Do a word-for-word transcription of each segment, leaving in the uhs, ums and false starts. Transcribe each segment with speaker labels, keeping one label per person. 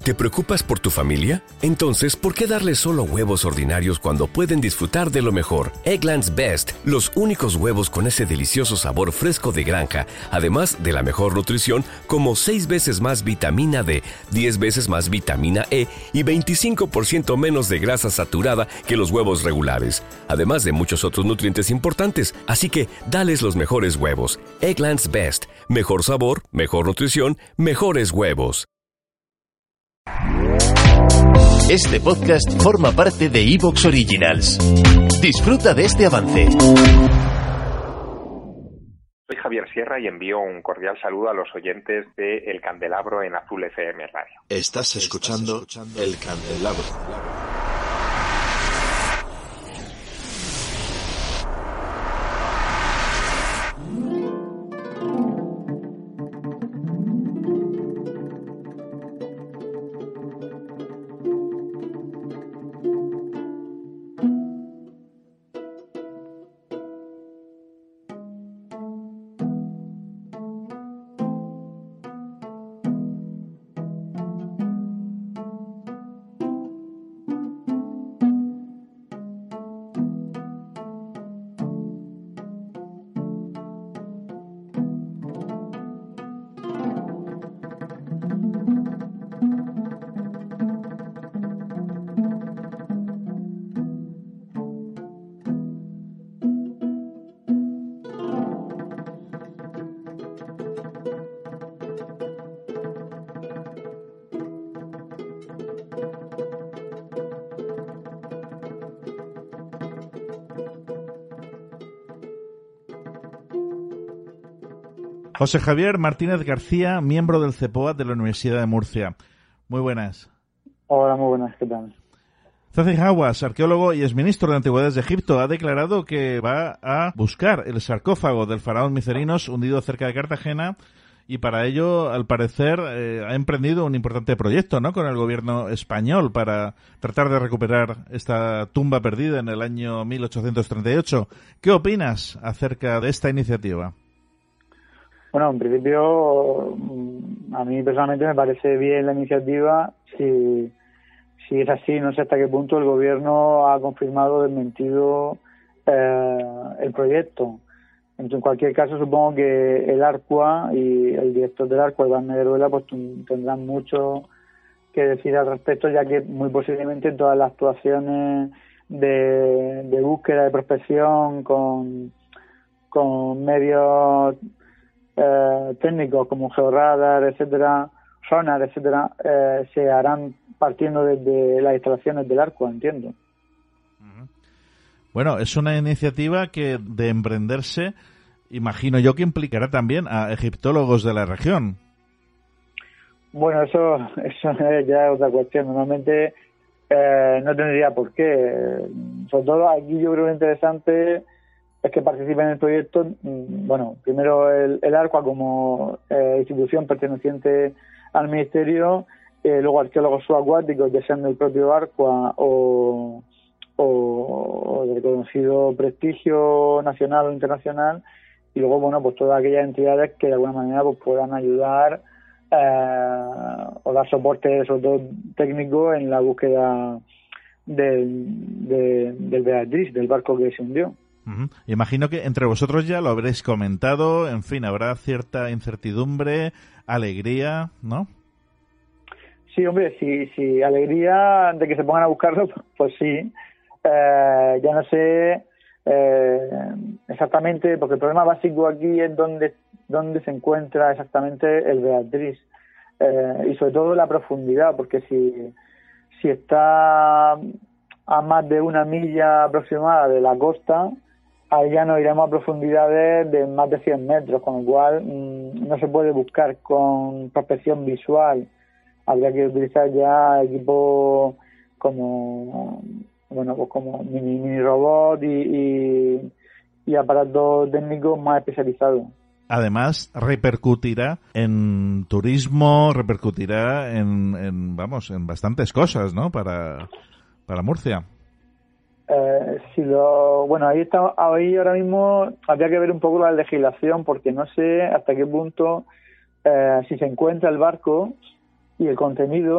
Speaker 1: ¿Te preocupas por tu familia? Entonces, ¿por qué darles solo huevos ordinarios cuando pueden disfrutar de lo mejor? Eggland's Best, los únicos huevos con ese delicioso sabor fresco de granja, además de la mejor nutrición, como seis veces más vitamina D, diez veces más vitamina E y veinticinco por ciento menos de grasa saturada que los huevos regulares, además de muchos otros nutrientes importantes. Así que, dales los mejores huevos. Eggland's Best, mejor sabor, mejor nutrición, mejores huevos.
Speaker 2: Este podcast forma parte de iVoox Originals. Disfruta de este avance.
Speaker 3: Soy Javier Sierra y envío un cordial saludo a los oyentes de El Candelabro en Azul F M Radio.
Speaker 4: Estás escuchando, Estás escuchando El Candelabro.
Speaker 5: José Javier Martínez García, miembro del CEPOA de la Universidad de Murcia. Muy buenas.
Speaker 6: Hola, muy buenas, ¿qué tal?
Speaker 5: Zahi Hawass, arqueólogo y exministro de Antigüedades de Egipto, ha declarado que va a buscar el sarcófago del faraón Mycerinos hundido cerca de Cartagena y para ello, al parecer, eh, ha emprendido un importante proyecto, ¿no?, con el gobierno español para tratar de recuperar esta tumba perdida en el año mil ochocientos treinta y ocho. ¿Qué opinas acerca de esta iniciativa?
Speaker 6: Bueno, en principio, a mí personalmente me parece bien la iniciativa. Si, si es así, no sé hasta qué punto el gobierno ha confirmado o desmentido eh, el proyecto. Entonces, en cualquier caso, supongo que el ARCUA y el director del ARCUA, Iván Negueruela, pues tendrán mucho que decir al respecto, ya que muy posiblemente todas las actuaciones de, de búsqueda, de prospección con, con medios Eh, técnicos como georradar, etcétera, sonar, etcétera, eh, se harán partiendo desde las instalaciones del ARCUA, entiendo.
Speaker 5: Bueno, es una iniciativa que de emprenderse, imagino yo que implicará también a egiptólogos de la región.
Speaker 6: Bueno, eso, eso ya es otra cuestión. Normalmente eh, no tendría por qué. Sobre todo aquí yo creo que lo interesante es que participen en el proyecto, bueno, primero el, el ARCUA como eh, institución perteneciente al Ministerio, eh, luego arqueólogos subacuáticos, ya sean del propio ARCUA o, o, o de reconocido prestigio nacional o internacional, y luego, bueno, pues todas aquellas entidades que de alguna manera pues puedan ayudar eh, o dar soporte, sobre todo técnico, en la búsqueda del, de, del Beatriz, del barco que se hundió.
Speaker 5: Uh-huh. Imagino que entre vosotros ya lo habréis comentado, en fin, habrá cierta incertidumbre, alegría, ¿no?
Speaker 6: Sí, hombre, sí, sí, alegría de que se pongan a buscarlo, pues sí. Eh, ya no sé eh, exactamente, porque el problema básico aquí es dónde, dónde se encuentra exactamente el Beatriz. Eh, y sobre todo la profundidad, porque si, si está a más de una milla aproximada de la costa, ahí ya nos iremos a profundidades de más de cien metros, con lo cual mmm, no se puede buscar con prospección visual. Habría que utilizar ya equipos como, bueno, pues como mini, mini robot y, y, y aparatos técnicos más especializados.
Speaker 5: Además, repercutirá en turismo, repercutirá en, en vamos, en bastantes cosas, ¿no?, para, para Murcia.
Speaker 6: Eh, si lo, bueno, ahí está, ahí ahora mismo habría que ver un poco la legislación, porque no sé hasta qué punto, eh, si se encuentra el barco y el contenido,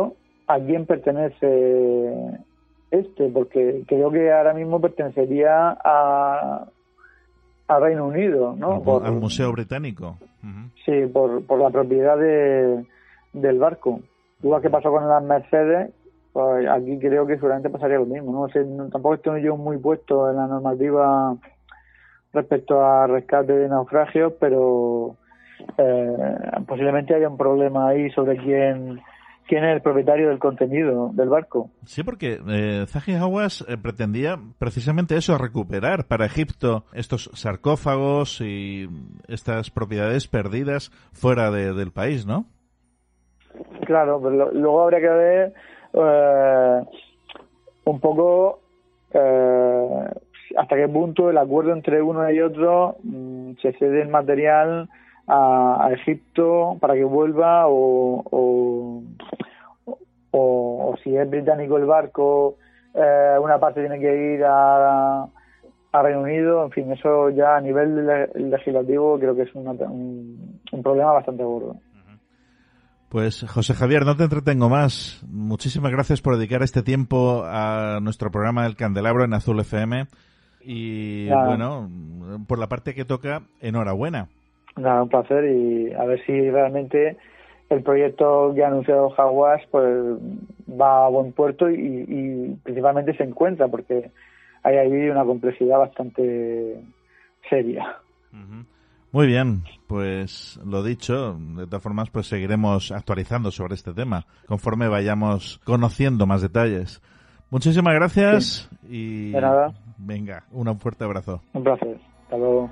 Speaker 6: a quién pertenece este, porque creo que ahora mismo pertenecería a, a Reino Unido, ¿no?
Speaker 5: Al,
Speaker 6: por,
Speaker 5: al Museo Británico. Uh-huh.
Speaker 6: Sí, por, por la propiedad de, del barco. Igual que pasó con las Mercedes, pues aquí creo que seguramente pasaría lo mismo. No sé, no, tampoco estoy yo muy puesto en la normativa respecto a rescate de naufragios, pero eh, posiblemente haya un problema ahí sobre quién quién es el propietario del contenido del barco.
Speaker 5: Sí, porque eh, Zahi Hawass eh, pretendía precisamente eso, recuperar para Egipto estos sarcófagos y estas propiedades perdidas fuera de, del país, ¿no?
Speaker 6: Claro, pero lo, luego habría que ver eh, un poco eh, hasta qué punto el acuerdo entre uno y otro mmm, se cede el material a, a Egipto para que vuelva o, o, o, o si es británico el barco, eh, una parte tiene que ir a, a Reino Unido. En fin, eso ya a nivel le, legislativo creo que es una, un, un problema bastante gordo.
Speaker 5: Pues José Javier, no te entretengo más. Muchísimas gracias por dedicar este tiempo a nuestro programa El Candelabro en Azul F M. Y Nada. bueno, por la parte que toca, enhorabuena.
Speaker 6: Nada, un placer, y a ver si realmente el proyecto que ha anunciado Hawass pues va a buen puerto y, y principalmente se encuentra, porque hay ahí una complejidad bastante seria.
Speaker 5: Uh-huh. Muy bien, pues lo dicho, de todas formas pues seguiremos actualizando sobre este tema conforme vayamos conociendo más detalles. Muchísimas gracias sí. y
Speaker 6: de nada.
Speaker 5: Venga, un fuerte abrazo.
Speaker 6: Un placer, hasta luego.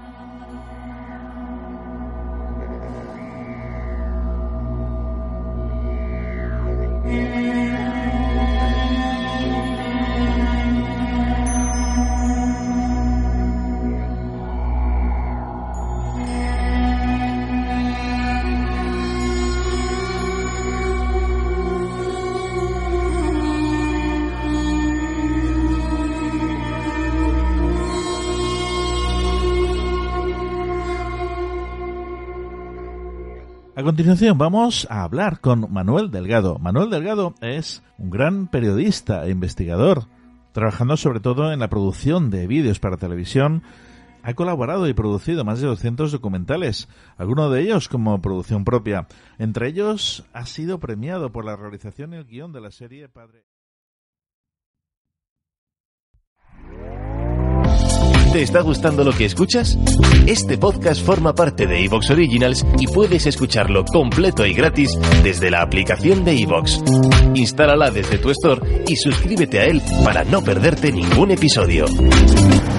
Speaker 5: A continuación vamos a hablar con Manuel Delgado. Manuel Delgado es un gran periodista e investigador, trabajando sobre todo en la producción de vídeos para televisión. Ha colaborado y producido más de doscientos documentales, algunos de ellos como producción propia. Entre ellos ha sido premiado por la realización y el guión de la serie Padre.
Speaker 2: ¿Te está gustando lo que escuchas? Este podcast forma parte de iVoox Originals y puedes escucharlo completo y gratis desde la aplicación de iVoox. Instálala desde tu store y suscríbete a él para no perderte ningún episodio.